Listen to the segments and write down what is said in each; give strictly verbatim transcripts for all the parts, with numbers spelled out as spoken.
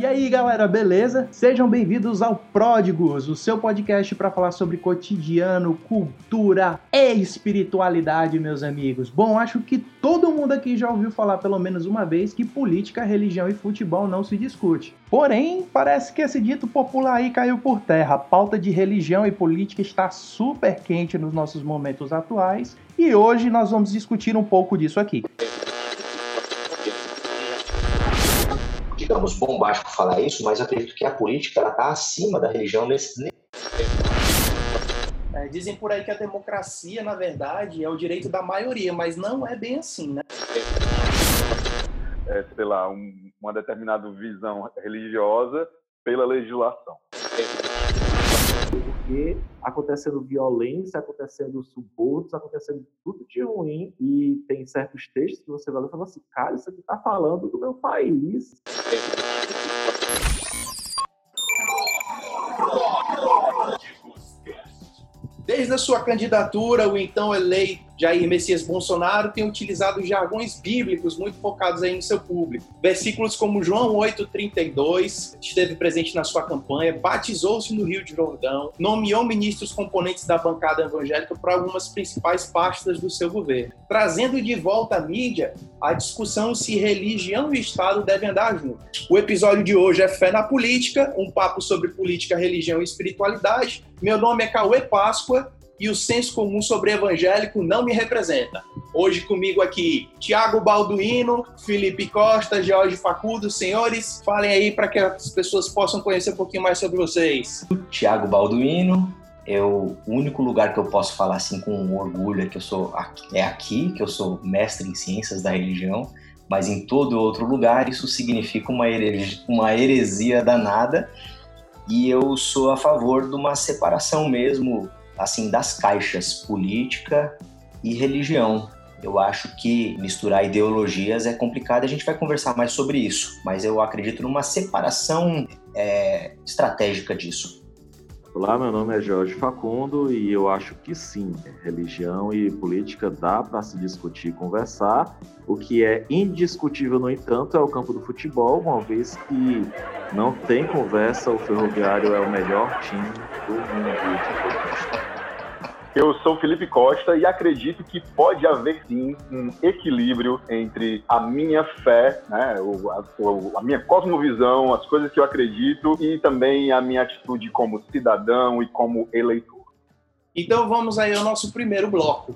aí, galera, beleza? Sejam bem-vindos ao Pródigos, o seu podcast para falar sobre cotidiano, cultura e espiritualidade, meus amigos. Bom, acho que todo mundo aqui já ouviu falar pelo menos uma vez que política, religião e futebol não se discute. Porém, parece que esse dito popular aí caiu por terra. A pauta de religião e política está super quente nos nossos momentos atuais e hoje nós vamos discutir um pouco disso aqui. Digamos, bombástico falar isso, mas acredito que a política está acima da religião nesse... É, dizem por aí que a democracia, na verdade, é o direito da maioria, mas não é bem assim, né? É, sei lá, um, uma determinada visão religiosa pela legislação. Porque acontecendo violência, acontecendo subornos, acontecendo tudo de ruim, e tem certos textos que você vai ler e fala assim, cara, isso aqui tá falando do meu país. Desde a sua candidatura, o então eleito Jair Messias Bolsonaro tem utilizado jargões bíblicos muito focados aí no seu público. Versículos como João oito, trinta e dois, esteve presente na sua campanha, batizou-se no Rio de Jordão, nomeou ministros componentes da bancada evangélica para algumas principais pastas do seu governo, trazendo de volta à mídia a discussão se religião e Estado devem andar juntos. O episódio de hoje é Fé na Política, um papo sobre política, religião e espiritualidade. Meu nome é Cauê Páscoa e o senso comum sobre evangélico não me representa. Hoje comigo aqui, Tiago Balduino, Felipe Costa, Jorge Facundo. Senhores, falem aí para que as pessoas possam conhecer um pouquinho mais sobre vocês. Tiago Balduino, eu, o único lugar que eu posso falar assim com orgulho é que eu sou é aqui, que eu sou mestre em ciências da religião, mas em todo outro lugar isso significa uma heresia, uma heresia danada, e eu sou a favor de uma separação mesmo, assim, das caixas política e religião. Eu acho que misturar ideologias é complicado, a gente vai conversar mais sobre isso, mas eu acredito numa separação é, estratégica disso. Olá, meu nome é Jorge Facundo e eu acho que sim, religião e política dá para se discutir e conversar. O que é indiscutível, no entanto, é o campo do futebol, uma vez que não tem conversa, o Ferroviário é o melhor time do mundo. Eu sou Felipe Costa e acredito que pode haver sim um equilíbrio entre a minha fé, né, a, a minha cosmovisão, as coisas que eu acredito e também a minha atitude como cidadão e como eleitor. Então vamos aí ao nosso primeiro bloco.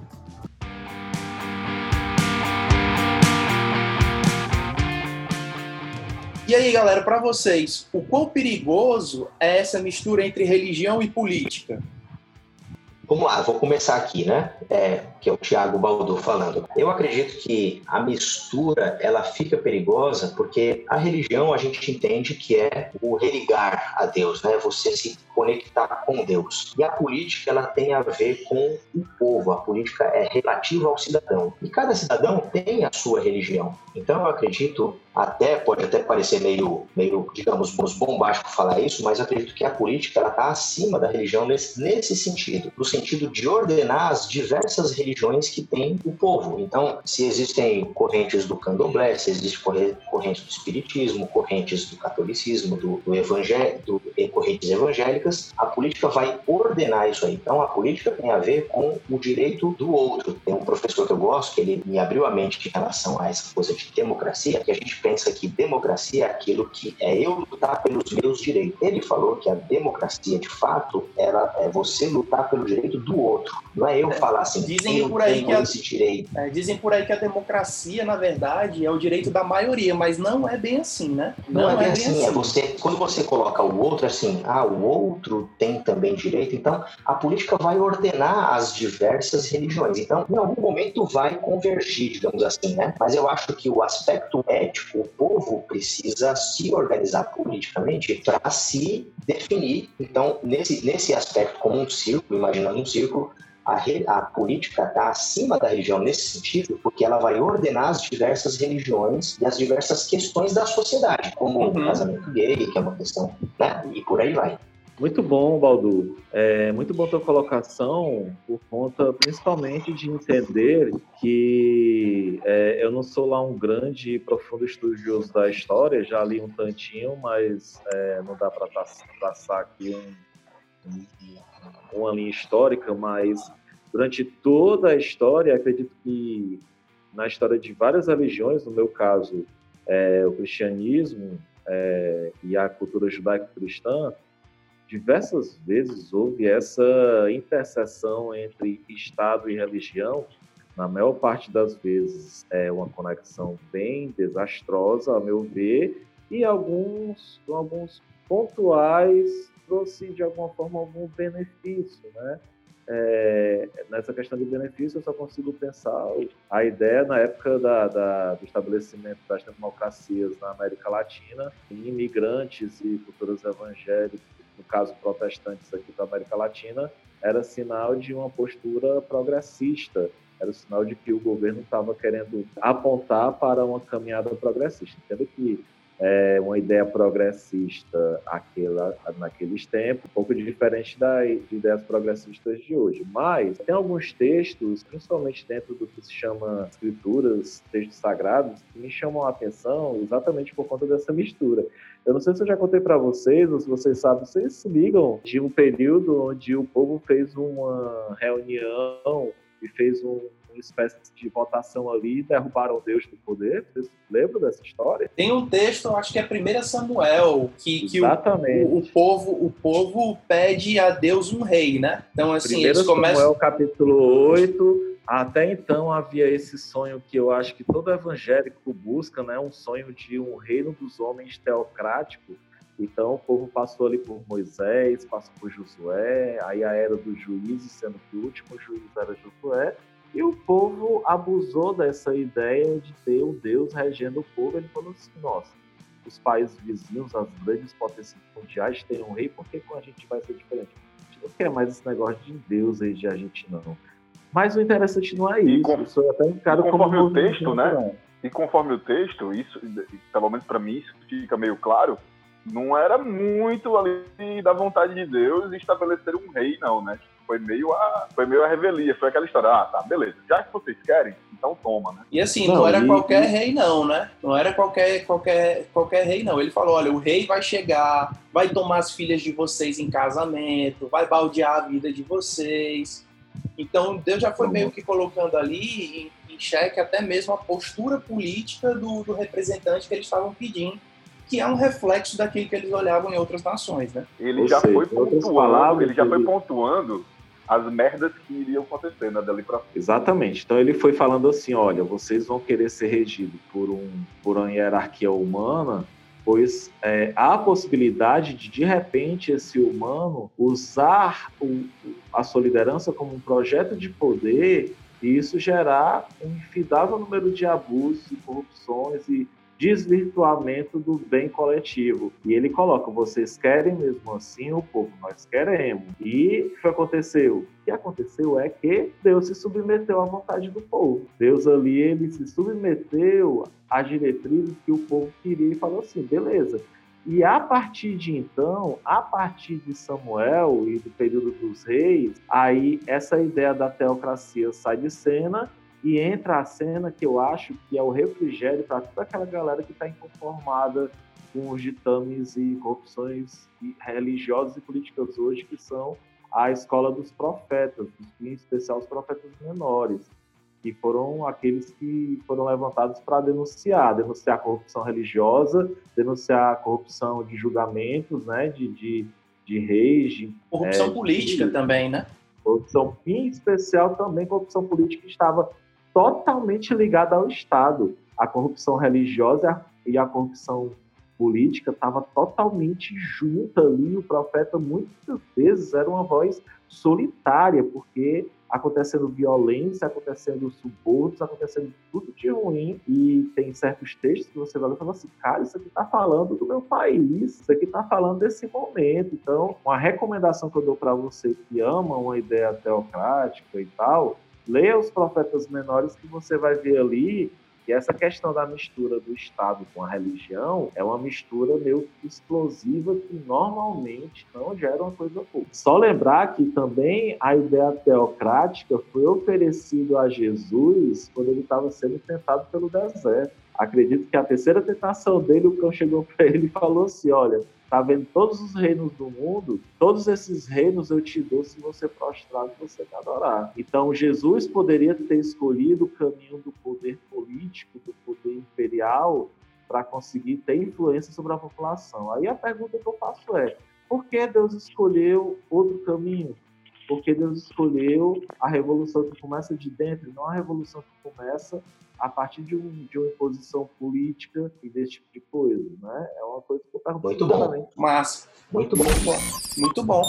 E aí, galera, para vocês, o quão perigoso é essa mistura entre religião e política? Vamos lá, vou começar aqui, né? É, que é o Tiago Baldu falando. Eu acredito que a mistura, ela fica perigosa porque a religião a gente entende que é o religar a Deus, né? Você se conectar com Deus. E a política, ela tem a ver com o povo. A política é relativa ao cidadão. E cada cidadão tem a sua religião. Então eu acredito, até pode até parecer meio, meio digamos, bombástico falar isso, mas eu acredito que a política está acima da religião nesse, nesse sentido, no sentido de ordenar as diversas religiões que tem o povo. Então, se existem correntes do candomblé, se existem correntes do espiritismo, correntes do catolicismo, do, do evangelho, do, correntes evangélicas, a política vai ordenar isso aí. Então, a política tem a ver com o direito do outro. Tem um professor que eu gosto, que ele me abriu a mente em relação a essa coisa de democracia, que a gente pensa que democracia é aquilo que é eu lutar pelos meus direitos. Ele falou que a democracia, de fato, ela é você lutar pelo direito do outro. Não é eu falar assim, dizem eu por aí tenho que a, esse direito. É, dizem por aí que a democracia, na verdade, é o direito da maioria, mas não é bem assim, né? Não, não é bem, é bem assim. assim. É você, quando você coloca o outro assim, ah, o outro tem também direito, então a política vai ordenar as diversas religiões. Então, em algum momento vai convergir, digamos assim, né? Mas eu acho que o aspecto ético, o povo precisa se organizar politicamente para se definir. Então, nesse, nesse aspecto, como um círculo, imaginando um círculo, a, re, a política está acima da religião nesse sentido, porque ela vai ordenar as diversas religiões e as diversas questões da sociedade, como uhum. o casamento gay, que é uma questão, né? E por aí vai. Muito bom, Baldu. É muito bom tua colocação, por conta principalmente de entender que é, eu não sou lá um grande e profundo estudioso da história, já li um tantinho, mas é, não dá para traçar aqui um, um, uma linha histórica, mas durante toda a história, acredito que na história de várias religiões, no meu caso, é, o cristianismo é, e a cultura judaico-cristã, diversas vezes houve essa interseção entre Estado e religião. Na maior parte das vezes é uma conexão bem desastrosa, a meu ver, e alguns, alguns pontuais trouxe de alguma forma algum benefício, né? É, nessa questão de benefício, eu só consigo pensar a ideia na época da, da, do estabelecimento das democracias na América Latina, imigrantes e culturas evangélicas, no caso protestantes aqui da América Latina, era sinal de uma postura progressista, era sinal de que o governo estava querendo apontar para uma caminhada progressista. Entendo que é uma ideia progressista aquela, naqueles tempos, um pouco diferente das ideias progressistas de hoje. Mas tem alguns textos, principalmente dentro do que se chama escrituras, textos sagrados, que me chamam a atenção exatamente por conta dessa mistura. Eu não sei se eu já contei para vocês, ou se vocês sabem, vocês se ligam de um período onde o povo fez uma reunião e fez um uma espécie de votação ali e derrubaram Deus do poder. Vocês lembram dessa história? Tem um texto, acho que é primeiro Samuel, que, que o, o, o, povo, o povo pede a Deus um rei, né? Então, assim, primeiro eles começam... Samuel, capítulo oito, até então havia esse sonho que eu acho que todo evangélico busca, né? Um sonho de um reino dos homens teocrático. Então, o povo passou ali por Moisés, passou por Josué, aí a era dos juízes, sendo que o último juiz era Josué, e o povo abusou dessa ideia de ter um Deus regendo o povo. Ele falou assim, nossa, os países vizinhos, as grandes potências mundiais têm um rei, por que com a gente vai ser diferente? A gente não quer mais esse negócio de Deus reger a gente, não. Mas o interessante não é isso. Com, isso é até encaro conforme como o texto, né? E conforme o texto, isso, pelo menos para mim, isso fica meio claro, não era muito ali da vontade de Deus estabelecer um rei, não, né? Foi meio a, foi meio a revelia, foi aquela história, ah, tá, beleza, já que vocês querem, então toma, né? E assim, não, não era e, qualquer e... rei não, né? Não era qualquer, qualquer, qualquer rei não. Ele falou, olha, o rei vai chegar, vai tomar as filhas de vocês em casamento, vai baldear a vida de vocês. Então, Deus já foi uhum. meio que colocando ali em, em xeque até mesmo a postura política do, do representante que eles estavam pedindo, que é um reflexo daquilo que eles olhavam em outras nações, né? Ele já foi pontuando, ele já foi pontuando as merdas que iriam acontecer, né, dali pra frente. Exatamente. Então ele foi falando assim, olha, vocês vão querer ser regidos por, um, por uma hierarquia humana, pois é, há a possibilidade de, de repente, esse humano usar o, a sua liderança como um projeto de poder e isso gerar um infindável número de abusos e corrupções e desvirtuamento do bem coletivo. E ele coloca, vocês querem mesmo assim o povo? Nós queremos. E o que aconteceu? O que aconteceu é que Deus se submeteu à vontade do povo. Deus ali, ele se submeteu às diretrizes que o povo queria e falou assim, beleza. E a partir de então, a partir de Samuel e do período dos reis, aí essa ideia da teocracia sai de cena e entra a cena que eu acho que é o refrigério para toda aquela galera que está inconformada com os ditames e corrupções religiosas e políticas hoje, que são a escola dos profetas, em especial os profetas menores, que foram aqueles que foram levantados para denunciar, denunciar a corrupção religiosa, denunciar a corrupção de julgamentos, né, de, de, de reis. De, corrupção é, política de, também, né? Corrupção, em especial também corrupção política, que estava totalmente ligada ao Estado. A corrupção religiosa e a corrupção política estava totalmente junta ali. O profeta muitas vezes era uma voz solitária, porque acontecendo violência, acontecendo subornos, acontecendo tudo de ruim, e tem certos textos que você vai ler e fala assim, cara, isso aqui está falando do meu país, isso aqui está falando desse momento. Então, uma recomendação que eu dou para você que ama uma ideia teocrática e tal, leia os profetas menores, que você vai ver ali que essa questão da mistura do Estado com a religião é uma mistura meio explosiva que normalmente não gera uma coisa boa. Só lembrar que também a ideia teocrática foi oferecida a Jesus quando ele estava sendo tentado pelo deserto. Acredito que a terceira tentação dele, o cão chegou para ele e falou assim, olha, tá vendo todos os reinos do mundo? Todos esses reinos eu te dou se você prostrar e você me adorar. Então, Jesus poderia ter escolhido o caminho do poder político, do poder imperial, para conseguir ter influência sobre a população. Aí a pergunta que eu faço é, por que Deus escolheu outro caminho? Por que Deus escolheu a revolução que começa de dentro, não a revolução que começa a partir de, um, de uma imposição política e desse tipo de coisa, né? É uma coisa que eu pergunto. Muito bom. Massa. Muito bom. Muito bom.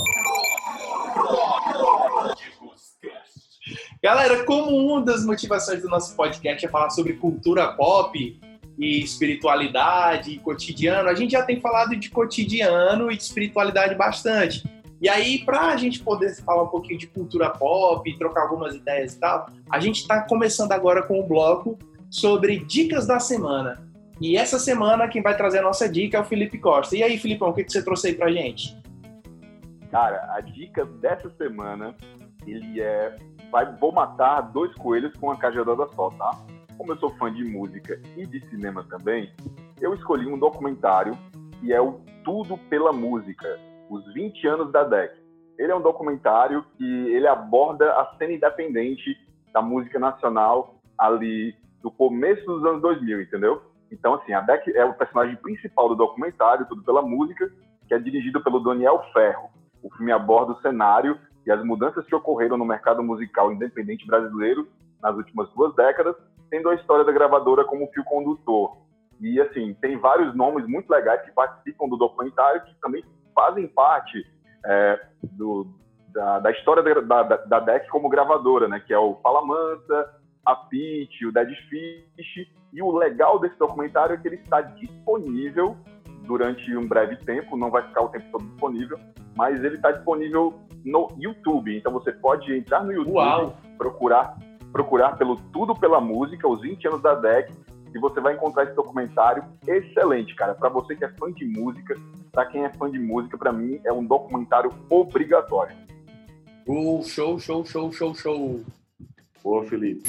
Galera, como uma das motivações do nosso podcast é falar sobre cultura pop e espiritualidade e cotidiano, a gente já tem falado de cotidiano e de espiritualidade bastante. E aí, para a gente poder falar um pouquinho de cultura pop, trocar algumas ideias e tal, a gente está começando agora com um bloco sobre dicas da semana. E essa semana, quem vai trazer a nossa dica é o Felipe Costa. E aí, Filipão, o que você trouxe aí pra gente? Cara, a dica dessa semana, ele é... Vai, vou matar dois coelhos com uma cajadada só, tá? Como eu sou fã de música e de cinema também, eu escolhi um documentário que é o Tudo pela Música, os vinte anos da D E C. Ele é um documentário que ele aborda a cena independente da música nacional ali do começo dos anos dois mil, entendeu? Então, assim, a D E C é o personagem principal do documentário, Tudo pela Música, que é dirigido pelo Daniel Ferro. O filme aborda o cenário e as mudanças que ocorreram no mercado musical independente brasileiro nas últimas duas décadas, tendo a história da gravadora como fio condutor. E, assim, tem vários nomes muito legais que participam do documentário que também fazem parte é, do, da, da história da, da, da D E C como gravadora, né? Que é o Fala Mansa, a Pitty, o Dead Fish. E o legal desse documentário é que ele está disponível durante um breve tempo, não vai ficar o tempo todo disponível, mas ele está disponível no YouTube. Então você pode entrar no YouTube, Uau. procurar procurar pelo Tudo pela Música, os vinte anos da D E C, e você vai encontrar esse documentário excelente, cara. Para você que é fã de música, para quem é fã de música, para mim é um documentário obrigatório. Uh, show, show, show, show, show. Boa, Felipe.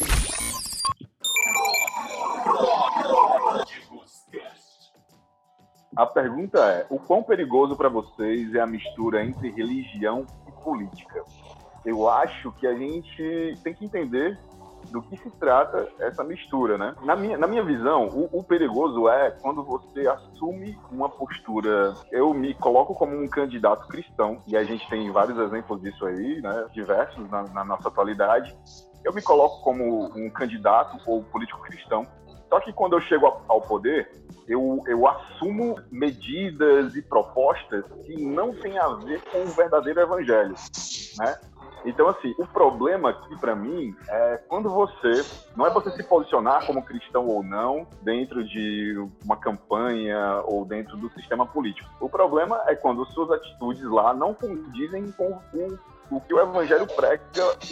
A pergunta é, o quão perigoso para vocês é a mistura entre religião e política? Eu acho que a gente tem que entender do que se trata essa mistura, né? Na minha, na minha visão, o, o perigoso é quando você assume uma postura... Eu me coloco como um candidato cristão, e a gente tem vários exemplos disso aí, né? Diversos na, na nossa atualidade. Eu me coloco como um candidato ou político cristão, só que quando eu chego ao poder, eu, eu assumo medidas e propostas que não têm a ver com o verdadeiro evangelho, né? Então, assim, o problema aqui, para mim, é quando você... Não é você se posicionar como cristão ou não dentro de uma campanha ou dentro do sistema político. O problema é quando suas atitudes lá não condizem com o, o que o evangelho prega,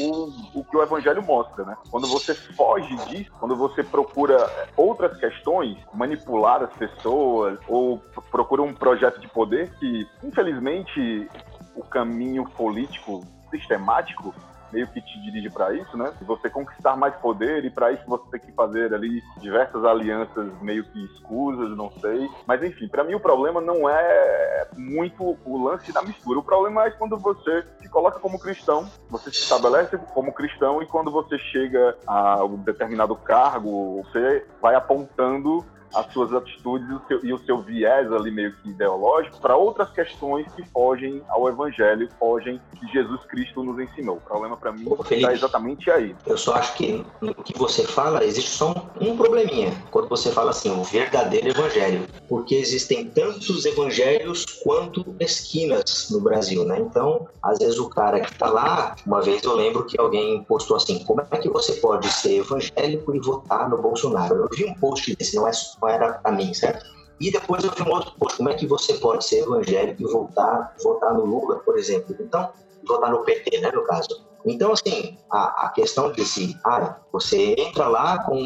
o, o que o evangelho mostra, né? Quando você foge disso, quando você procura outras questões, manipular as pessoas ou procura um projeto de poder que, infelizmente, o caminho político sistemático meio que te dirige para isso, né? Você conquistar mais poder e para isso você tem que fazer ali diversas alianças meio que escusas, não sei. Mas enfim, para mim o problema não é muito o lance da mistura. O problema é quando você se coloca como cristão, você se estabelece como cristão e quando você chega a um determinado cargo, você vai apontando as suas atitudes e o, seu, e o seu viés ali meio que ideológico para outras questões que fogem ao evangelho, fogem que Jesus Cristo nos ensinou. O problema para mim está exatamente aí. Eu só acho que no que você fala existe só um, um probleminha quando você fala assim, o verdadeiro evangelho, porque existem tantos evangelhos quanto esquinas no Brasil, né? Então, às vezes o cara que está lá, uma vez eu lembro que alguém postou assim, como é que você pode ser evangélico e votar no Bolsonaro? Eu vi um post desse, não é não era para mim, certo? E depois eu vi um outro post, como é que você pode ser evangélico e voltar, votar no Lula, por exemplo? Então, votar no P T, né, no caso. Então, assim, a, a questão desse, ah, você entra lá com,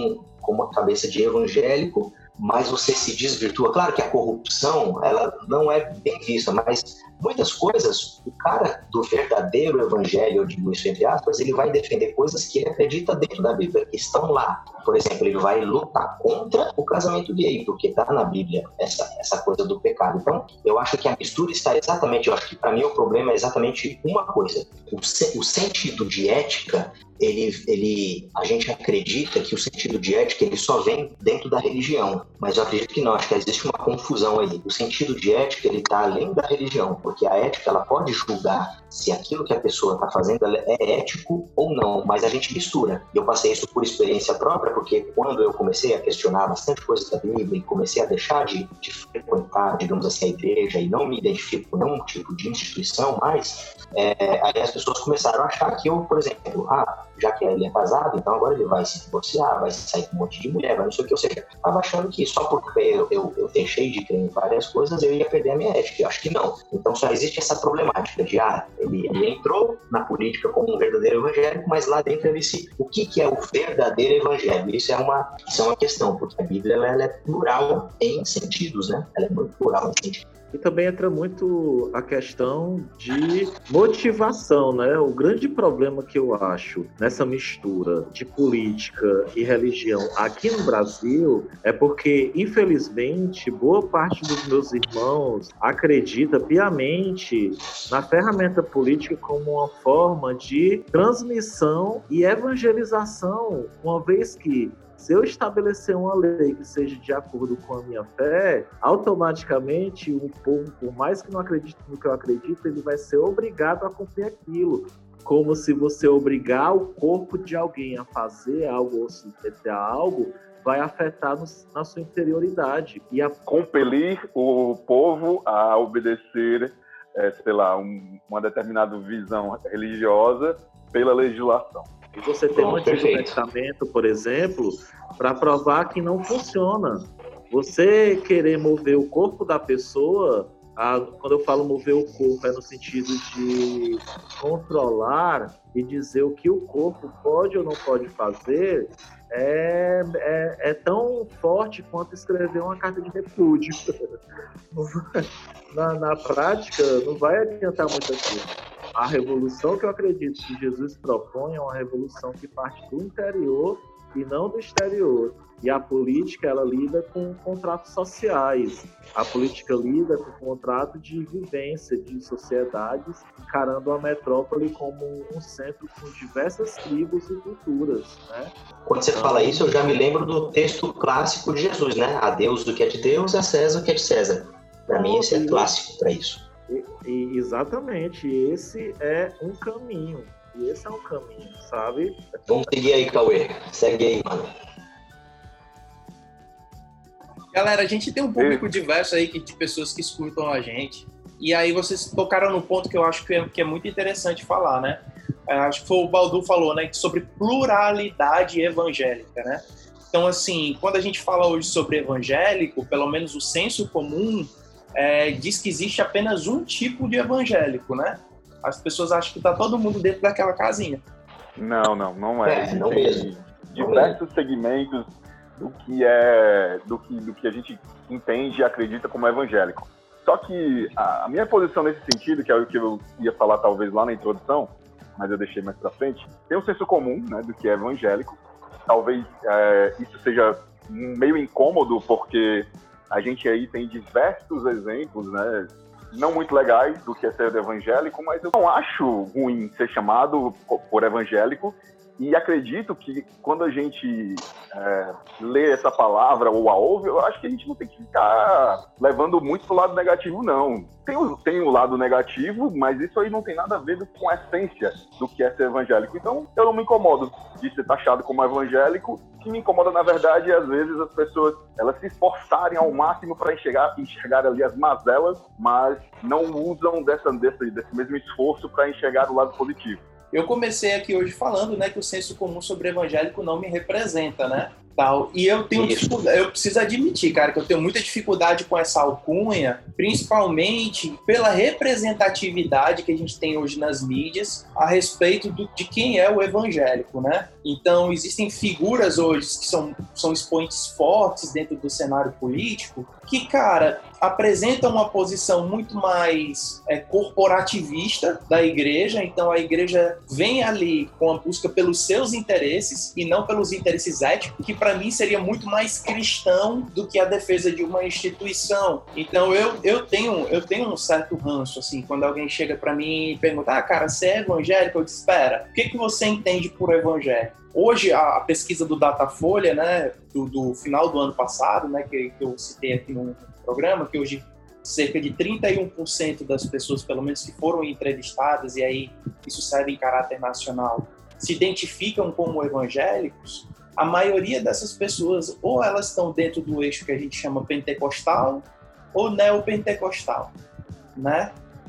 com uma cabeça de evangélico, mas você se desvirtua. Claro que a corrupção, ela não é bem vista, mas muitas coisas, o cara do verdadeiro evangelho, eu digo isso entre aspas, ele vai defender coisas que ele acredita dentro da Bíblia, que estão lá. Por exemplo, ele vai lutar contra o casamento gay, porque está na Bíblia essa, essa coisa do pecado. Então, eu acho que a mistura está exatamente, eu acho que para mim o problema é exatamente uma coisa. O, se, o sentido de ética, ele, ele, a gente acredita que o sentido de ética ele só vem dentro da religião, mas eu acredito que não, acho que existe uma confusão aí. O sentido de ética ele está além da religião, porque a ética ela pode julgar se aquilo que a pessoa está fazendo é ético ou não, mas a gente mistura. E eu passei isso por experiência própria, porque quando eu comecei a questionar bastante coisa da Bíblia e comecei a deixar de, de frequentar, digamos assim, a igreja e não me identifico com nenhum tipo de instituição mais, é, aí as pessoas começaram a achar que eu, por exemplo, ah, já que ele é casado, então agora ele vai se divorciar, vai sair com um monte de mulher, vai não sei o que, ou seja, estava achando que só porque eu, eu, eu deixei de crer em várias coisas eu ia perder a minha ética. Eu acho que não. Então só existe essa problemática de, ah, ele, ele entrou na política como um verdadeiro evangélico, mas lá dentro ele se... O que, que é o verdadeiro evangelho? Isso é uma, isso é uma questão, porque a Bíblia ela, ela é plural em sentidos, né? Ela é muito plural em sentidos. E também entra muito a questão de motivação, né? O grande problema que eu acho nessa mistura de política e religião aqui no Brasil é porque, infelizmente, boa parte dos meus irmãos acredita piamente na ferramenta política como uma forma de transmissão e evangelização, uma vez que se eu estabelecer uma lei que seja de acordo com a minha fé, automaticamente o povo, por mais que não acredite no que eu acredito, ele vai ser obrigado a cumprir aquilo. Como se você obrigar o corpo de alguém a fazer algo ou se submeter a algo, vai afetar no, na sua interioridade. E a... Compelir o povo a obedecer, é, sei lá, um, uma determinada visão religiosa pela legislação. E você tem um antigo testamento, por exemplo, para provar que não funciona. Você querer mover o corpo da pessoa, a, quando eu falo mover o corpo, é no sentido de controlar e dizer o que o corpo pode ou não pode fazer, é, é, é tão forte quanto escrever uma carta de repúdio. na, na prática, não vai adiantar muita coisa. A revolução que eu acredito que Jesus propõe é uma revolução que parte do interior e não do exterior. E a política, ela lida com contratos sociais. A política lida com o contrato de vivência de sociedades, encarando a metrópole como um centro com diversas tribos e culturas, né? Quando você fala isso, eu já me lembro do texto clássico de Jesus, né? A Deus o que é de Deus, a César o que é de César. Para mim, esse é clássico para isso. E, e exatamente, esse é um caminho. E esse é um caminho, sabe? Vamos seguir aí, Cauê. Segue aí, mano. Galera, a gente tem um público diverso aí de pessoas que escutam a gente. E aí vocês tocaram no ponto que eu acho que é, que é muito interessante falar, né? Acho que foi o Baldu falou, né? Sobre pluralidade evangélica, né? Então, assim, quando a gente fala hoje sobre evangélico, pelo menos o senso comum É, diz que existe apenas um tipo de evangélico, né? As pessoas acham que tá todo mundo dentro daquela casinha. Não, não, não é. É, não mesmo. Diversos segmentos do que é, do que, do que a gente entende e acredita como evangélico. Só que a, a minha posição nesse sentido, que é o que eu ia falar talvez lá na introdução, mas eu deixei mais pra frente, tem um senso comum, né, do que é evangélico. Talvez é, isso seja meio incômodo, porque a gente aí tem diversos exemplos, né, não muito legais do que é ser evangélico, mas eu não acho ruim ser chamado por evangélico e acredito que quando a gente é, lê essa palavra ou a ouve, eu acho que a gente não tem que ficar levando muito pro lado negativo, não. Tem o, tem o lado negativo, mas isso aí não tem nada a ver com a essência do que é ser evangélico. Então, eu não me incomodo de ser taxado como evangélico. O que me incomoda, na verdade, é, às vezes, as pessoas elas se esforçarem ao máximo para enxergar, enxergar ali as mazelas, mas não usam dessa, desse, desse mesmo esforço para enxergar o lado positivo. Eu comecei aqui hoje falando, né, que o senso comum sobre evangélico não me representa, né? Tal. E eu tenho dificuldade, eu preciso admitir, cara, que eu tenho muita dificuldade com essa alcunha, principalmente pela representatividade que a gente tem hoje nas mídias a respeito do, de quem é o evangélico, né? Então, existem figuras hoje que são, são expoentes fortes dentro do cenário político que, cara, apresentam uma posição muito mais é, corporativista da igreja. Então, a igreja vem ali com a busca pelos seus interesses e não pelos interesses éticos, que para mim seria muito mais cristão do que a defesa de uma instituição. Então, eu, eu, tenho, eu tenho um certo ranço, assim, quando alguém chega para mim e pergunta, ah, cara, você é evangélico? Eu disse, espera, o que, que você entende por evangélico? Hoje, a pesquisa do Datafolha, né, do, do final do ano passado, né, que, que eu citei aqui no programa, que hoje cerca de trinta e um por cento das pessoas, pelo menos, que foram entrevistadas, e aí isso serve em caráter nacional, se identificam como evangélicos. A maioria dessas pessoas, ou elas estão dentro do eixo que a gente chama pentecostal ou neopentecostal, né?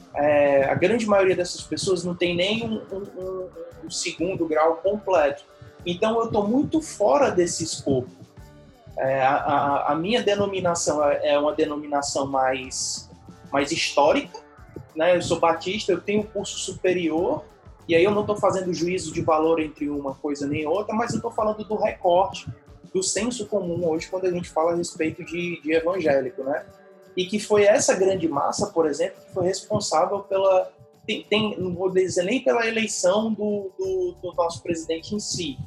É, a grande maioria dessas pessoas não tem nem um, um, um, um segundo grau completo. Então, eu estou muito fora desse escopo. É, a, a, a minha denominação é uma denominação mais, mais histórica, né? Eu sou batista, eu tenho curso superior, e aí eu não estou fazendo juízo de valor entre uma coisa nem outra, mas eu estou falando do recorte, do senso comum hoje, quando a gente fala a respeito de, de evangélico, né? E que foi essa grande massa, por exemplo, que foi responsável pela... Tem, tem, não vou dizer nem pela eleição do, do, do nosso presidente em si,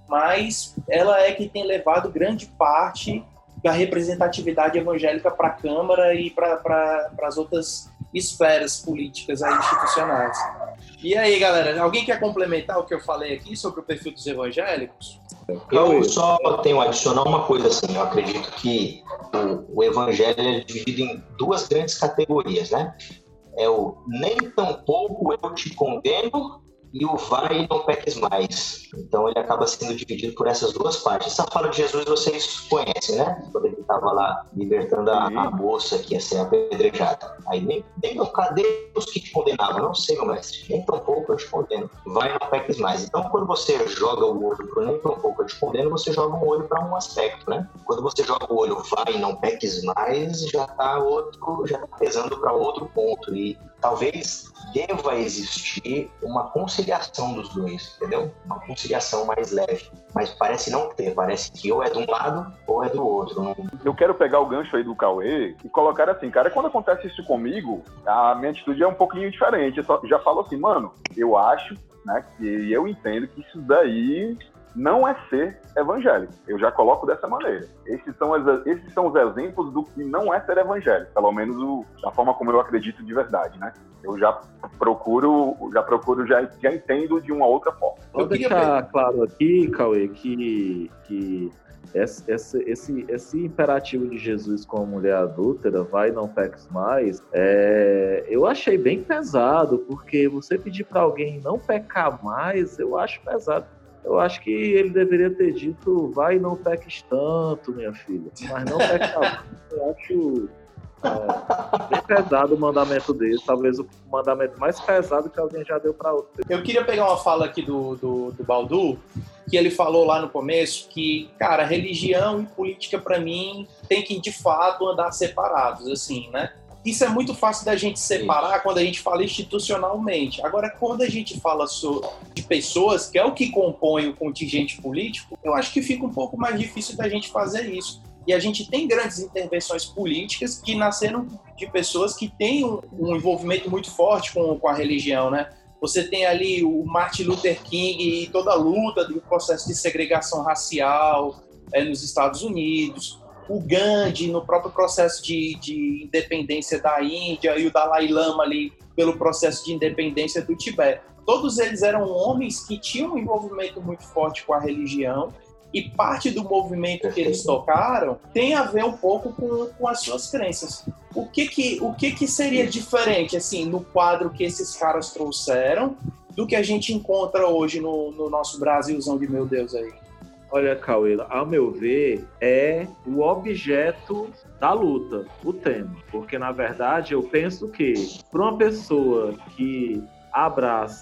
mas ela é que tem levado grande parte da representatividade evangélica para a Câmara e para pra, as outras esferas políticas aí, institucionais. E aí, galera, alguém quer complementar o que eu falei aqui sobre o perfil dos evangélicos? Eu só tenho a adicionar uma coisa assim, eu acredito que o, o evangelho é dividido em duas grandes categorias, né? É o nem tão pouco eu te condeno e o vai e não peques mais. Então ele acaba sendo dividido por essas duas partes. Essa fala de Jesus vocês conhecem, né? Quando ele estava lá libertando a, a moça que ia ser apedrejada. Aí nem, nem não, cadê os que te condenavam? Não sei, meu mestre. Nem tão pouco eu te condeno. Vai e não peques mais. Então quando você joga o olho para nem tão pouco eu te condeno, você joga um olho para um aspecto, né? Quando você joga o olho vai e não peques mais, já está outro, já tá pesando para outro ponto. E talvez deva existir uma conciliação dos dois, entendeu? Uma conciliação mais leve, mas parece não ter, parece que ou é de um lado ou é do outro. Não... Eu quero pegar o gancho aí do Cauê e colocar assim, cara, quando acontece isso comigo, a minha atitude é um pouquinho diferente. Eu só, já falo assim, mano, eu acho, né, que eu entendo que isso daí não é ser evangélico. Eu já coloco dessa maneira. Esses são, as, esses são os exemplos do que não é ser evangélico, pelo menos o, da forma como eu acredito de verdade, né? Eu já procuro, já procuro, já, já entendo de uma outra forma. Vou deixar claro aqui, Cauê, que, que esse, esse, esse, esse imperativo de Jesus com a mulher adúltera, vai não peques mais, é, eu achei bem pesado, porque você pedir para alguém não pecar mais, eu acho pesado. Eu acho que ele deveria ter dito, vai e não peques tanto, minha filha. Mas não peques tanto. Eu acho é, bem pesado o mandamento dele. Talvez o mandamento mais pesado que alguém já deu para outro. Eu queria pegar uma fala aqui do, do, do Baldu, que ele falou lá no começo que, cara, religião e política, para mim, tem que, de fato, andar separados, assim, né? Isso é muito fácil da gente separar quando a gente fala institucionalmente. Agora, quando a gente fala de pessoas, que é o que compõe o contingente político, eu acho que fica um pouco mais difícil da gente fazer isso. E a gente tem grandes intervenções políticas que nasceram de pessoas que têm um, um envolvimento muito forte com, com a religião, né? Você tem ali o Martin Luther King e toda a luta do processo de segregação racial é, nos Estados Unidos, o Gandhi no próprio processo de, de independência da Índia e o Dalai Lama ali pelo processo de independência do Tibete. Todos eles eram homens que tinham um envolvimento muito forte com a religião e parte do movimento que eles tocaram tem a ver um pouco com, com as suas crenças. O que que, o que que seria diferente assim, no quadro que esses caras trouxeram do que a gente encontra hoje no, no nosso Brasilzão de meu Deus aí? Olha, Cauê, ao meu ver, é o objeto da luta, o tema. Porque, na verdade, eu penso que para uma pessoa que abraça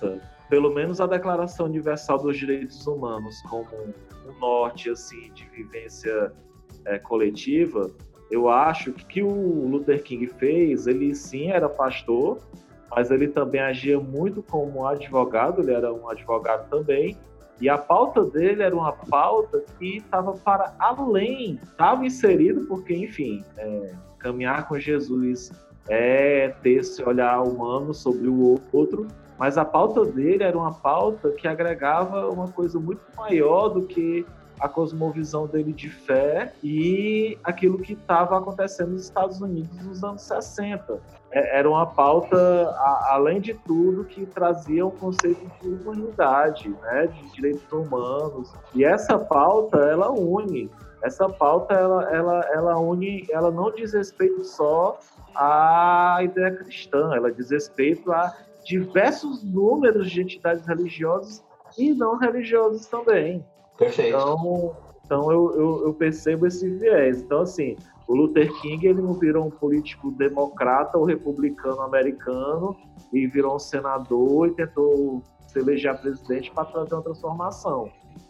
pelo menos a Declaração Universal dos Direitos Humanos como um norte assim, de vivência é, coletiva, eu acho que o que o Luther King fez, ele sim era pastor, mas ele também agia muito como advogado, ele era um advogado também, e a pauta dele era uma pauta que estava para além, estava inserido porque, enfim, é, caminhar com Jesus é ter esse olhar humano sobre o outro, mas a pauta dele era uma pauta que agregava uma coisa muito maior do que a cosmovisão dele de fé e aquilo que estava acontecendo nos Estados Unidos nos anos sessenta. Era uma pauta, a, além de tudo, que trazia um conceito de humanidade, né, de direitos humanos. E essa pauta, ela une. Essa pauta, ela, ela, ela une, ela não diz respeito só à ideia cristã, ela diz respeito a diversos números de entidades religiosas e não religiosas também. Perfeito. Então, então eu, eu, eu percebo esse viés. Então, assim, o Luther King, ele não virou um político democrata ou republicano americano e virou um senador e tentou se eleger a presidente para trazer uma transformação.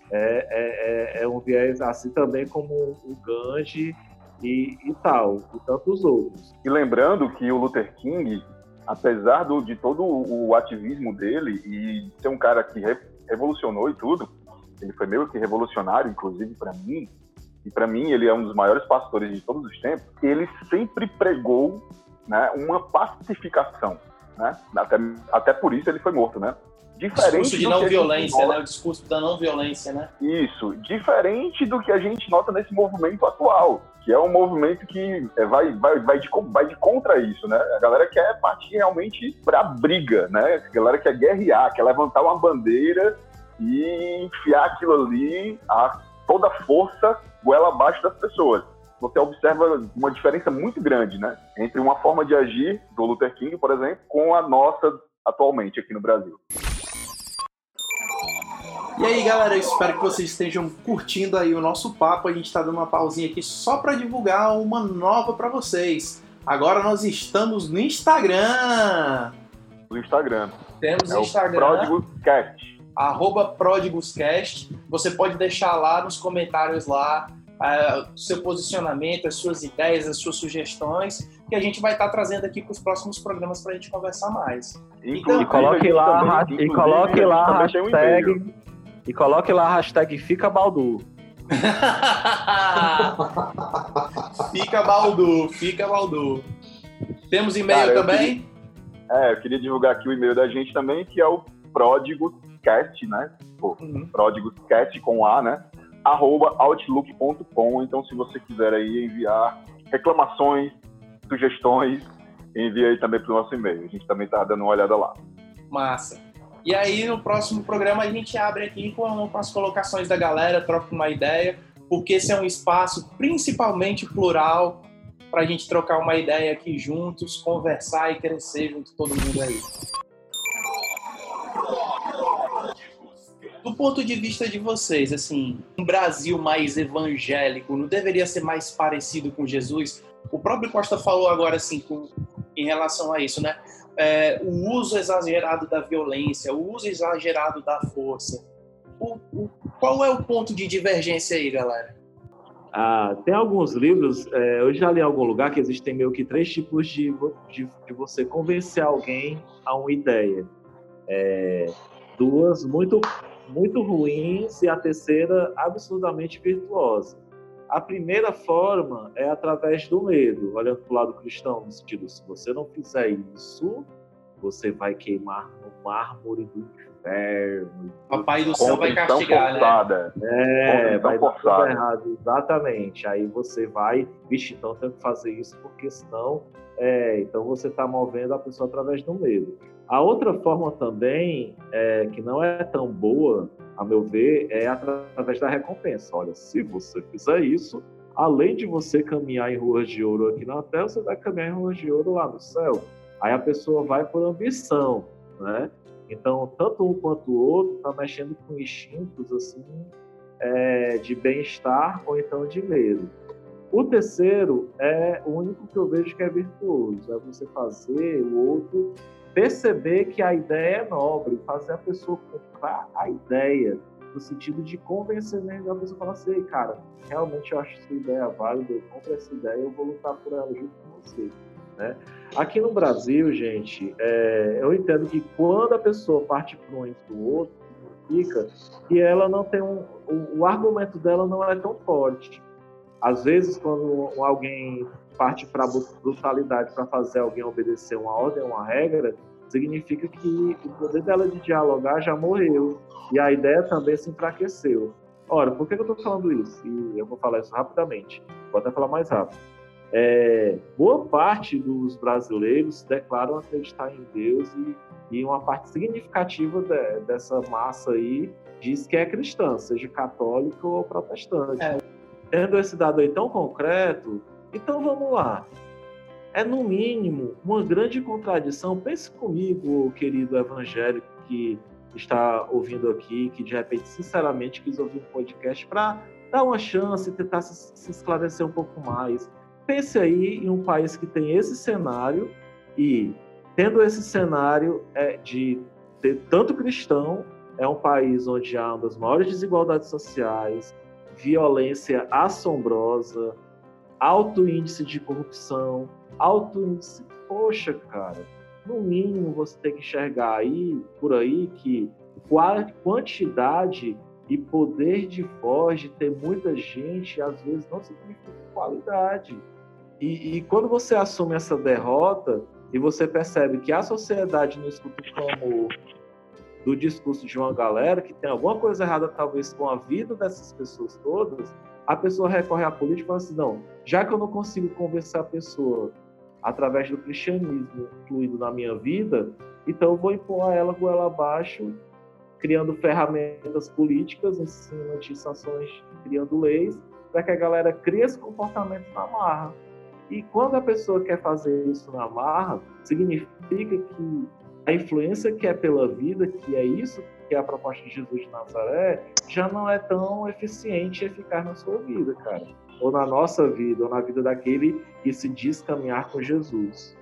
É, é, é um viés assim também como o Gandhi e, e tal, e tantos outros. E lembrando que o Luther King, apesar do, de todo o ativismo dele e ser um cara que re, revolucionou e tudo, ele foi meio que revolucionário, inclusive para mim, e para mim ele é um dos maiores pastores de todos os tempos, ele sempre pregou, né, uma pacificação, né? Até, até por isso ele foi morto, né? Diferente discurso de não violência, nota... né? O discurso da não violência, né? Isso, diferente do que a gente nota nesse movimento atual, que é um movimento que vai, vai, vai, de, vai de contra isso, né? A galera quer partir realmente pra briga, né? A galera quer guerrear, quer levantar uma bandeira e enfiar aquilo ali a toda força goela abaixo das pessoas. Você observa uma diferença muito grande, né, entre uma forma de agir do Luther King, por exemplo, com a nossa atualmente aqui no Brasil. E aí, galera, eu espero que vocês estejam curtindo aí o nosso papo. A gente está dando uma pausinha aqui só para divulgar uma nova para vocês. Agora nós estamos no Instagram. No Instagram. Temos é o Instagram. PródigosCast. Arroba PródigosCast. Você pode deixar lá nos comentários lá uh, seu posicionamento, as suas ideias, as suas sugestões, que a gente vai estar tá trazendo aqui para os próximos programas para a gente conversar mais. Então, e coloque lá, também, e coloque lá a hashtag um e coloque lá a hashtag Fica Baldu. Fica Baldu, Fica Baldu. Temos e-mail Cara, também? Eu queria, é, eu queria divulgar aqui o e-mail da gente também, que é o PródigosCast, né? Pô, uhum. PródigosCast com A, né? Arroba outlook ponto com. Então, se você quiser aí enviar reclamações, sugestões, envia aí também para o nosso e-mail. A gente também tá dando uma olhada lá. Massa. E aí, no próximo programa, a gente abre aqui com, com as colocações da galera, troca uma ideia, porque esse é um espaço principalmente plural para a gente trocar uma ideia aqui juntos, conversar e crescer junto todo mundo aí. Do ponto de vista de vocês, assim, um Brasil mais evangélico não deveria ser mais parecido com Jesus? O próprio Costa falou agora, assim, com, em relação a isso, né? É, o uso exagerado da violência, o uso exagerado da força. O, o, qual é o ponto de divergência aí, galera? Ah, tem alguns livros, é, eu já li em algum lugar que existem meio que três tipos de, de, de você convencer alguém a uma ideia. É, duas muito, muito ruins e a terceira absurdamente virtuosa. A primeira forma é através do medo, olhando para o lado cristão, no sentido, se você não fizer isso, você vai queimar no mármore do inferno. Papai do céu vai castigar, forçada. né? É, vai dar tudo errado, exatamente. Aí você vai, vixe, então tem que fazer isso, porque senão, é, então você está movendo a pessoa através do medo. A outra forma também, é, que não é tão boa, a meu ver, é através da recompensa. Olha, se você fizer isso, além de você caminhar em ruas de ouro aqui na Terra, você vai caminhar em ruas de ouro lá no céu. Aí a pessoa vai por ambição, né? Então, tanto um quanto o outro está mexendo com instintos assim, é, de bem-estar ou então de medo. O terceiro é o único que eu vejo que é virtuoso, é você fazer o outro perceber que a ideia é nobre, fazer a pessoa comprar a ideia, no sentido de convencer mesmo a pessoa falar assim, cara, realmente eu acho sua ideia válida, eu compro essa ideia, eu vou lutar por ela junto com você. Né? Aqui no Brasil, gente, é, eu entendo que quando a pessoa parte para um entre o outro, significa que ela não tem um, o, o argumento dela não é tão forte. Às vezes, quando alguém parte para a brutalidade para fazer alguém obedecer uma ordem, uma regra, significa que o poder dela de dialogar já morreu e a ideia também se enfraqueceu. Ora, por que eu estou falando isso? E eu vou falar isso rapidamente, vou até falar mais rápido. É, boa parte dos brasileiros declaram acreditar em Deus e, e uma parte significativa de, dessa massa aí diz que é cristã, seja católico ou protestante. É. Tendo esse dado aí tão concreto, então vamos lá. É, no mínimo, uma grande contradição. Pense comigo, querido evangélico que está ouvindo aqui, que de repente, sinceramente, quis ouvir um podcast para dar uma chance e tentar se, se esclarecer um pouco mais. Pense aí em um país que tem esse cenário e, tendo esse cenário é, de ter tanto cristão, é um país onde há uma das maiores desigualdades sociais, violência assombrosa, alto índice de corrupção, alto índice... Poxa, cara, no mínimo você tem que enxergar aí, por aí, que quantidade e poder de voz, de ter muita gente, às vezes não significa qualidade. E, e quando você assume essa derrota e você percebe que a sociedade não escuta o clamor do discurso de uma galera, que tem alguma coisa errada talvez com a vida dessas pessoas todas, a pessoa recorre à política e fala assim, não, já que eu não consigo convencer a pessoa através do cristianismo incluído na minha vida, então eu vou impor a ela goela abaixo, criando ferramentas políticas em cima de sanções, criando leis, para que a galera crie esse comportamento na marra. E quando a pessoa quer fazer isso na marra, significa que a influência que é pela vida, que é isso que é a proposta de Jesus de Nazaré, já não é tão eficiente e eficaz na sua vida, cara. Ou na nossa vida, ou na vida daquele que se diz caminhar com Jesus.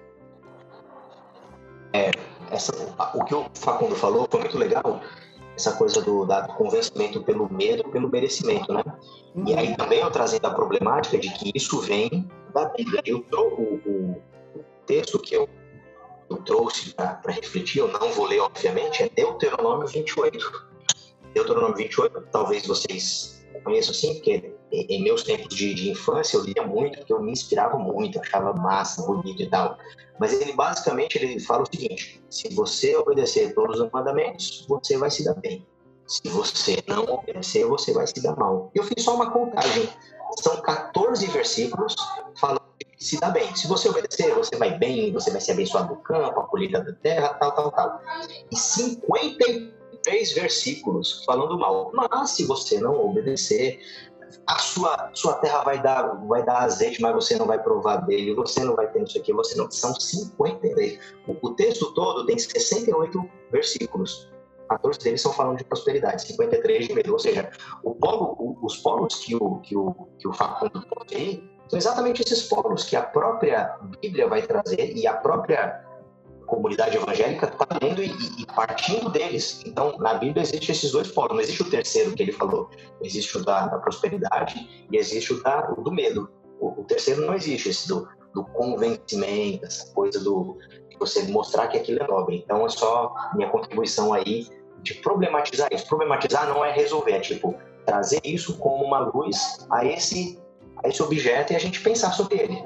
É, essa, o que o Facundo falou foi muito legal, essa coisa do, da, do convencimento pelo medo, pelo merecimento, né? Uhum. E aí também eu trazendo a problemática de que isso vem da Bíblia. Eu trouxe o, o, o texto que eu, eu trouxe para refletir, eu não vou ler, obviamente, é Deuteronômio vinte e oito. Deuteronômio vinte e oito, talvez vocês conheçam assim, porque em meus tempos de, de infância eu lia muito, porque eu me inspirava muito, eu achava massa, bonito e tal. Mas ele basicamente ele fala o seguinte: se você obedecer todos os mandamentos, você vai se dar bem. Se você não obedecer, você vai se dar mal. Eu fiz só uma contagem. São quatorze versículos falando de se dar bem. Se você obedecer, você vai bem, você vai ser abençoado no campo, a colheita da terra, tal, tal, tal. E cinquenta e três versículos falando mal. Mas se você não obedecer, a sua, sua terra vai dar, vai dar azeite, mas você não vai provar dele, você não vai ter isso aqui, você não... São cinquenta e três. O, o texto todo tem sessenta e oito versículos. quatorze deles são falando de prosperidade, cinquenta e três de medo. Ou seja, o polo, o, os polos que o, que o, que o Facundo trouxe aí são exatamente esses polos que a própria Bíblia vai trazer e a própria comunidade evangélica está lendo e, e partindo deles. Então, na Bíblia existe esses dois polos. Não existe o terceiro que ele falou. Existe o da, da prosperidade e existe o, da, o do medo. O, o terceiro não existe, esse do, do convencimento, essa coisa do de você mostrar que aquilo é nobre. Então, é só minha contribuição aí de problematizar isso. Problematizar não é resolver, é tipo trazer isso como uma luz a esse, a esse objeto e a gente pensar sobre ele.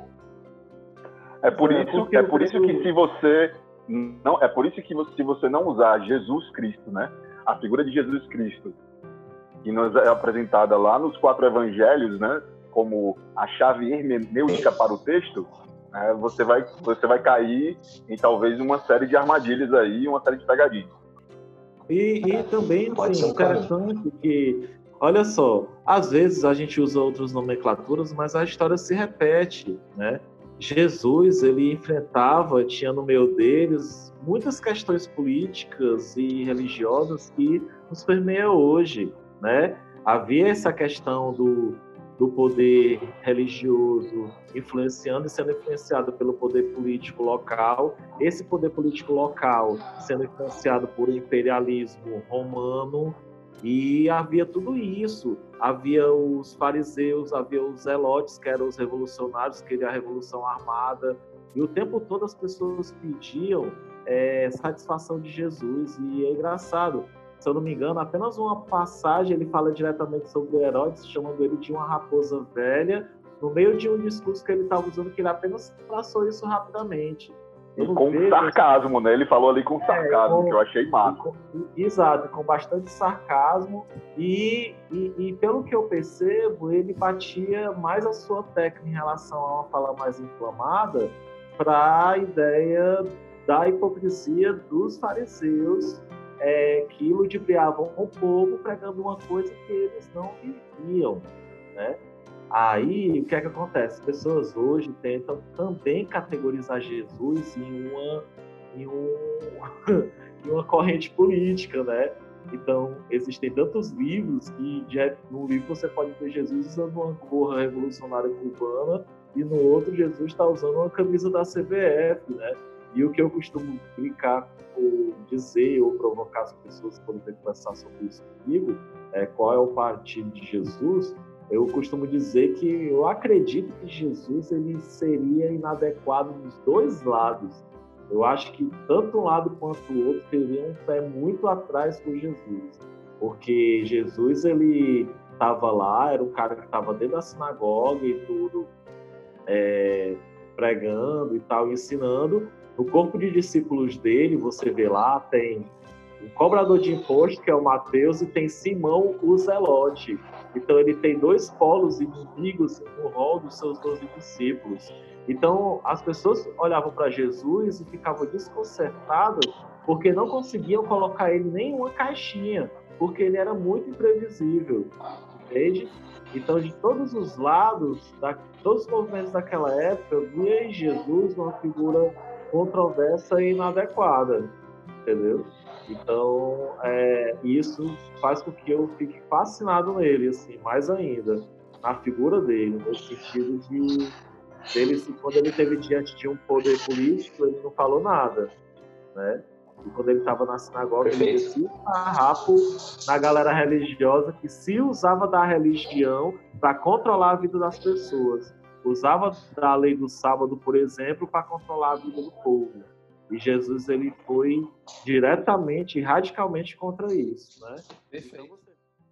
É por isso, é por isso que se você não, é por isso que você, se você não usar Jesus Cristo, né, a figura de Jesus Cristo, que nos é apresentada lá nos quatro evangelhos, né, como a chave hermenêutica para o texto, né, você vai, você vai cair em talvez uma série de armadilhas aí, uma série de pegadinhas. E, e também, assim, interessante que, olha só, às vezes a gente usa outras nomenclaturas, mas a história se repete, né? Jesus, ele enfrentava, tinha no meio deles muitas questões políticas e religiosas que nos permeiam hoje, né? Havia essa questão do, do poder religioso influenciando e sendo influenciado pelo poder político local, esse poder político local sendo influenciado por imperialismo romano, e havia tudo isso. Havia os fariseus, havia os zelotes, que eram os revolucionários, que queriam a revolução armada, e o tempo todo as pessoas pediam é, satisfação de Jesus. E é engraçado, se eu não me engano, apenas uma passagem ele fala diretamente sobre Herodes, chamando ele de uma raposa velha, no meio de um discurso que ele estava usando, que ele apenas passou isso rapidamente. E com vejo, sarcasmo, né? Ele falou ali com sarcasmo, é, com, que eu achei massa. Com, exato, com bastante sarcasmo. E, e, e pelo que eu percebo, ele batia mais a sua técnica em relação a uma fala mais inflamada para a ideia da hipocrisia dos fariseus, é, que ludibriavam o povo pregando uma coisa que eles não viviam, né? Aí, o que é que acontece? As pessoas hoje tentam também categorizar Jesus em uma, em um, em uma corrente política, né? Então, existem tantos livros que, num livro, você pode ver Jesus usando uma gorra revolucionária cubana e no outro, Jesus está usando uma camisa da C B F, né? E o que eu costumo brincar, ou dizer, ou provocar as pessoas quando vêm conversar sobre isso comigo, é qual é o partido de Jesus. Eu costumo dizer que eu acredito que Jesus ele seria inadequado nos dois lados. Eu acho que tanto um lado quanto o outro teriam um pé muito atrás por Jesus. Porque Jesus, ele estava lá, era um cara que estava dentro da sinagoga e tudo, é, pregando e tal, ensinando. No corpo de discípulos dele, você vê lá, tem o cobrador de imposto, que é o Mateus, e tem Simão, o Zelote. Então, ele tem dois polos inimigos no rol dos seus doze discípulos. Então, as pessoas olhavam para Jesus e ficavam desconcertadas porque não conseguiam colocar ele nem em uma caixinha, porque ele era muito imprevisível, entende? Então, de todos os lados, da, todos os movimentos daquela época, eu via em Jesus uma figura controversa e inadequada, entendeu? Então, é, isso faz com que eu fique fascinado nele, assim, mais ainda, na figura dele, no sentido de dele, quando ele esteve diante de um poder político, ele não falou nada, né? E quando ele estava na sinagoga, Perfeito. Ele descia um sarrafo na galera religiosa que se usava da religião para controlar a vida das pessoas. Usava da lei do sábado, por exemplo, para controlar a vida do povo. E Jesus, ele foi diretamente e radicalmente contra isso, né? Perfeito. Então, você...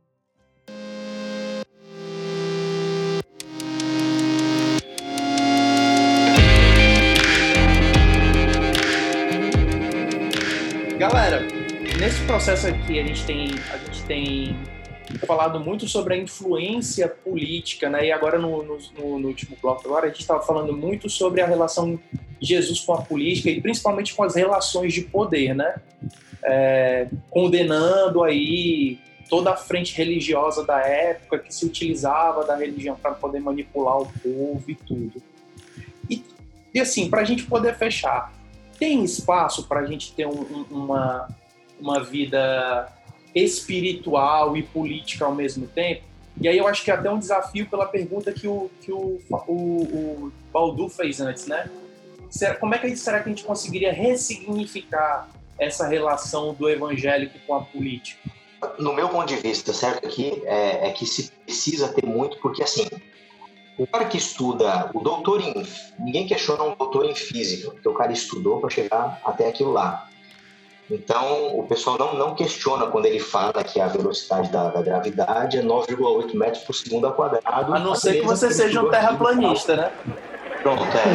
Galera, nesse processo aqui a gente tem, a gente tem falado muito sobre a influência política, né? E agora no, no, no último bloco agora a gente estava falando muito sobre a relação de Jesus com a política e principalmente com as relações de poder, né? É, condenando aí toda a frente religiosa da época que se utilizava da religião para poder manipular o povo e tudo. E, e assim, para a gente poder fechar, tem espaço para a gente ter um, um, uma, uma vida espiritual e política ao mesmo tempo? E aí eu acho que é até um desafio pela pergunta que o, que o, o, o Baldu fez antes, né? Será, como é que será que a gente conseguiria ressignificar essa relação do evangélico com a política? No meu ponto de vista, certo, aqui é, é que se precisa ter muito, porque assim, o cara que estuda, o doutor em... Ninguém questiona um doutor em física, porque o cara estudou para chegar até aquilo lá. Então, o pessoal não, não questiona quando ele fala que a velocidade da, da gravidade é nove vírgula oito metros por segundo ao quadrado. A não ser que você seja um terraplanista, né? Pronto, é,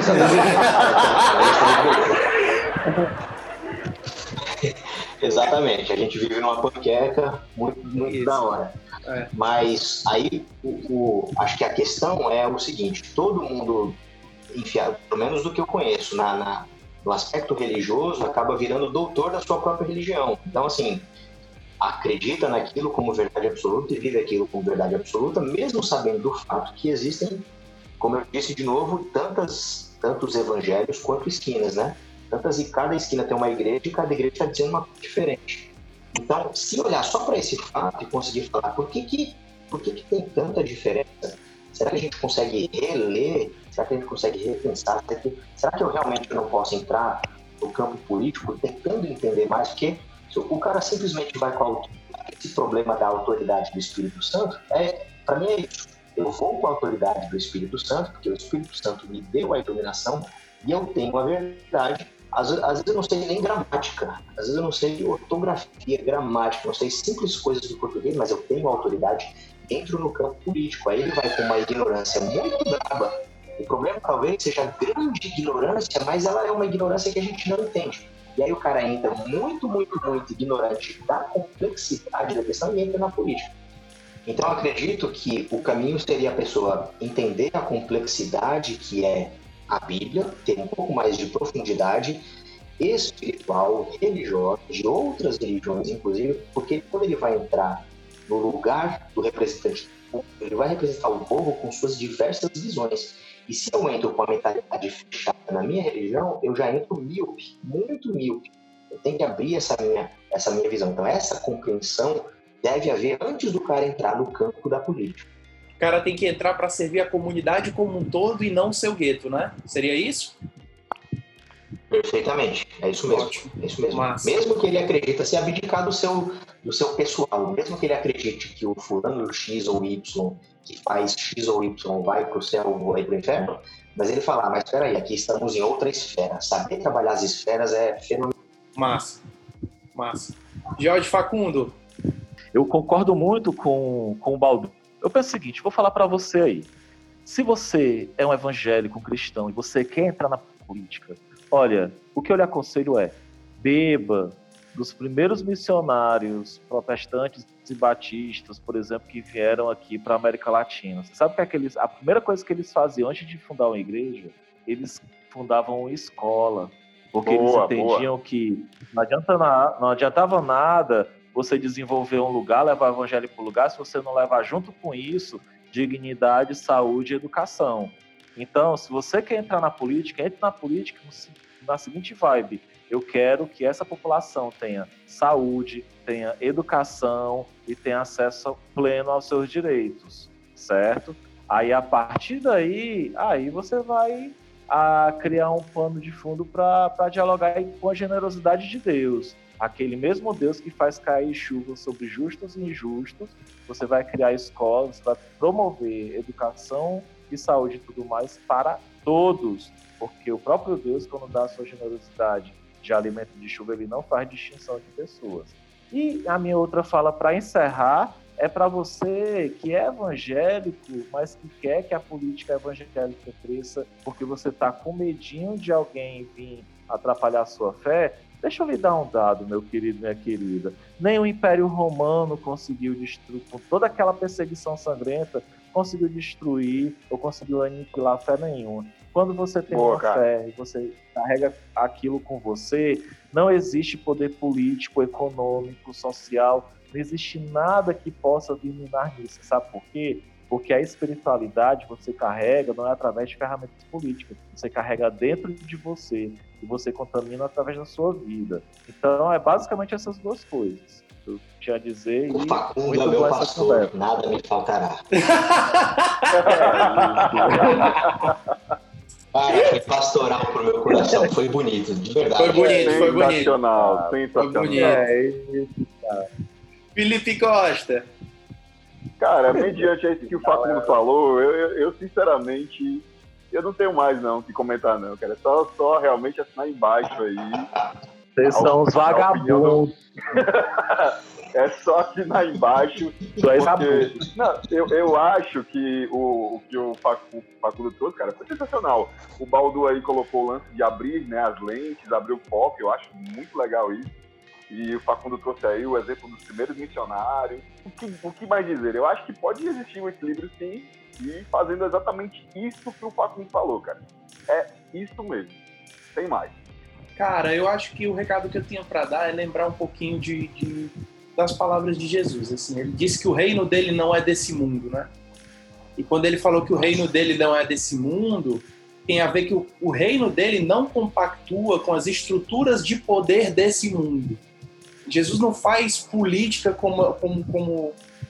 exatamente. Exatamente, a gente vive numa panqueca muito, muito da hora. É. Mas aí, o, o, acho que a questão é o seguinte, todo mundo, enfiado, pelo menos do que eu conheço, na, na, no aspecto religioso, acaba virando doutor da sua própria religião. Então, assim, acredita naquilo como verdade absoluta e vive aquilo como verdade absoluta, mesmo sabendo do fato que existem, como eu disse de novo, tantas, tantos evangelhos quanto esquinas, né? Tantas, e cada esquina tem uma igreja e cada igreja está dizendo uma coisa diferente. Então, se olhar só para esse fato e conseguir falar por que, que, por que, que tem tanta diferença, será que a gente consegue reler? Será que a gente consegue repensar? Será que, será que eu realmente não posso entrar no campo político tentando entender mais? Porque o cara simplesmente vai com a autoridade. Esse problema da autoridade do Espírito Santo, é, para mim é isso. Eu vou com a autoridade do Espírito Santo, porque o Espírito Santo me deu a iluminação e eu tenho a verdade. Às, às vezes eu não sei nem gramática, às vezes eu não sei ortografia, gramática, não sei simples coisas do português, mas eu tenho autoridade, entro no campo político. Aí ele vai com uma ignorância muito braba. O problema talvez seja a grande ignorância, mas ela é uma ignorância que a gente não entende. E aí o cara entra muito, muito, muito ignorante da complexidade da questão e entra na política. Então eu acredito que o caminho seria a pessoa entender a complexidade que é a Bíblia, ter um pouco mais de profundidade espiritual, religiosa, de outras religiões, inclusive, porque quando ele vai entrar no lugar do representante do povo, ele vai representar o povo com suas diversas visões. E se eu entro com a mentalidade fechada na minha religião, eu já entro míope, muito míope. Eu tenho que abrir essa minha, essa minha visão. Então essa compreensão deve haver antes do cara entrar no campo da política. O cara tem que entrar para servir a comunidade como um todo e não o seu gueto, né? Seria isso? Perfeitamente, é isso mesmo. Ótimo. É isso mesmo. Massa. Mesmo que ele acredite, se abdicar do seu, do seu pessoal, mesmo que ele acredite que o fulano X ou Y, que faz X ou Y, vai para o céu ou vai para o inferno, mas ele fala, ah, mas espera aí, aqui estamos em outra esfera. Saber trabalhar as esferas é fenomenal. Massa. Massa. Jorge Facundo. Eu concordo muito com, com o Baldu. Eu penso o seguinte, vou falar para você aí. Se você é um evangélico, um cristão, e você quer entrar na política, olha, o que eu lhe aconselho é, beba dos primeiros missionários protestantes e batistas, por exemplo, que vieram aqui para a América Latina. Você sabe que aqueles, a primeira coisa que eles faziam antes de fundar uma igreja, eles fundavam uma escola, porque boa, eles entendiam boa. que não, adianta na, não adiantava nada você desenvolver um lugar, levar o evangelho para o lugar, se você não levar junto com isso dignidade, saúde e educação. Então, se você quer entrar na política, entre na política na seguinte vibe. Eu quero que essa população tenha saúde, tenha educação e tenha acesso pleno aos seus direitos, certo? Aí, a partir daí, aí você vai a criar um plano de fundo para dialogar com a generosidade de Deus. Aquele mesmo Deus que faz cair chuva sobre justos e injustos, você vai criar escolas, vai promover educação e saúde e tudo mais para todos, porque o próprio Deus, quando dá a sua generosidade de alimento de chuva, ele não faz distinção de pessoas. E a minha outra fala para encerrar é para você que é evangélico, mas que quer que a política evangélica cresça, porque você está com medinho de alguém vir atrapalhar a sua fé. Deixa eu lhe dar um dado, meu querido, minha querida. Nem o Império Romano conseguiu destruir, com toda aquela perseguição sangrenta, conseguiu destruir ou conseguiu aniquilar fé nenhuma. Quando você tem Boa, uma cara. fé e você carrega aquilo com você, não existe poder político, econômico, social, não existe nada que possa vir minar nisso. Sabe por quê? Porque a espiritualidade você carrega não é através de ferramentas políticas, você carrega dentro de você e você contamina através da sua vida. Então é basicamente essas duas coisas. Eu tinha a dizer o e Facundo muito é meu essa pastor, conversa. Nada me faltará. Cara, foi pastoral pro meu coração, foi bonito, de verdade. Foi bonito, foi bonito. Sensacional, sensacional. Foi bonito. É isso, cara. Felipe Costa. Cara, mediante isso que o Facundo falou, eu, eu, eu sinceramente, eu não tenho mais não que comentar não, cara. É só, só realmente assinar embaixo aí. Vocês são os vagabundos. É só assinar embaixo. Porque, não, eu, eu acho que o, o que o Facundo trouxe, cara, foi sensacional. O Baldu aí colocou o lance de abrir, né, as lentes, abrir o foco, eu acho muito legal isso. E o Facundo trouxe aí o exemplo dos primeiros missionários. O que, o que mais dizer? Eu acho que pode existir um equilíbrio, sim, e fazendo exatamente isso que o Facundo falou, cara. É isso mesmo. Tem mais. Cara, eu acho que o recado que eu tinha para dar é lembrar um pouquinho de, de, das palavras de Jesus. Assim, ele disse que o reino dele não é desse mundo, né? E quando ele falou que o reino dele não é desse mundo, tem a ver que o, o reino dele não compactua com as estruturas de poder desse mundo. Jesus não faz política como, como, como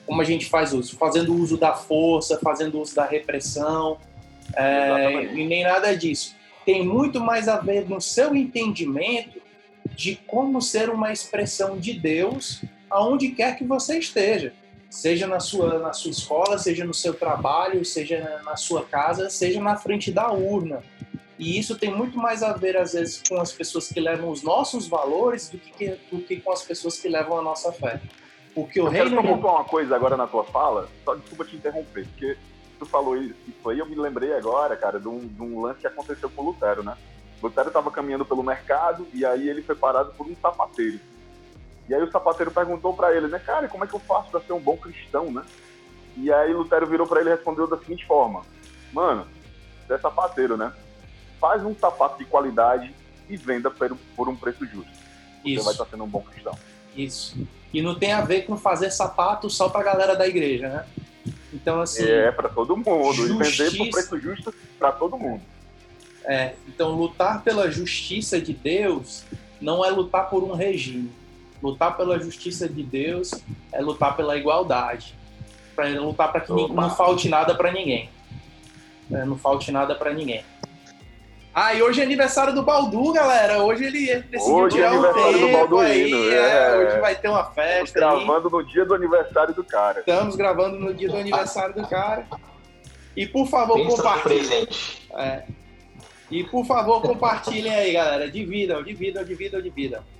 como a gente faz uso, fazendo uso da força, fazendo uso da repressão, é, e nem nada disso. Tem muito mais a ver no seu entendimento de como ser uma expressão de Deus aonde quer que você esteja. Seja na sua, na sua escola, seja no seu trabalho, seja na, na sua casa, seja na frente da urna. E isso tem muito mais a ver, às vezes, com as pessoas que levam os nossos valores do que, do que com as pessoas que levam a nossa fé. Porque o eu reino... quero só pontuar uma coisa agora na tua fala, só desculpa te interromper, porque tu falou isso aí, eu me lembrei agora, cara, de um, de um lance que aconteceu com o Lutero, né? Lutero estava caminhando pelo mercado e aí ele foi parado por um sapateiro. E aí o sapateiro perguntou para ele, né, cara, como é que eu faço para ser um bom cristão, né? E aí Lutero virou para ele e respondeu da seguinte forma: mano, você é sapateiro, né? Faz um sapato de qualidade e venda por um preço justo. Você Isso. vai estar sendo um bom cristão. Isso. E não tem a ver com fazer sapato só para a galera da igreja, né? Então, assim... É, para todo mundo. Justiça... E vender por preço justo para todo mundo. É, então lutar pela justiça de Deus não é lutar por um regime. Lutar pela justiça de Deus é lutar pela igualdade. Para lutar para que Opa. não falte nada para ninguém. É, não falte nada para ninguém. Ah, e hoje é aniversário do Baldu, galera. Hoje ele decidiu hoje tirar é aniversário um tempo do Balduino, aí. É, é. Hoje vai ter uma festa. Estamos gravando aí. No dia do aniversário do cara. Estamos gravando no dia do aniversário do cara. E por favor, compartilhem. É. E por favor, compartilhem aí, galera. Dividam, dividam, dividam, dividam.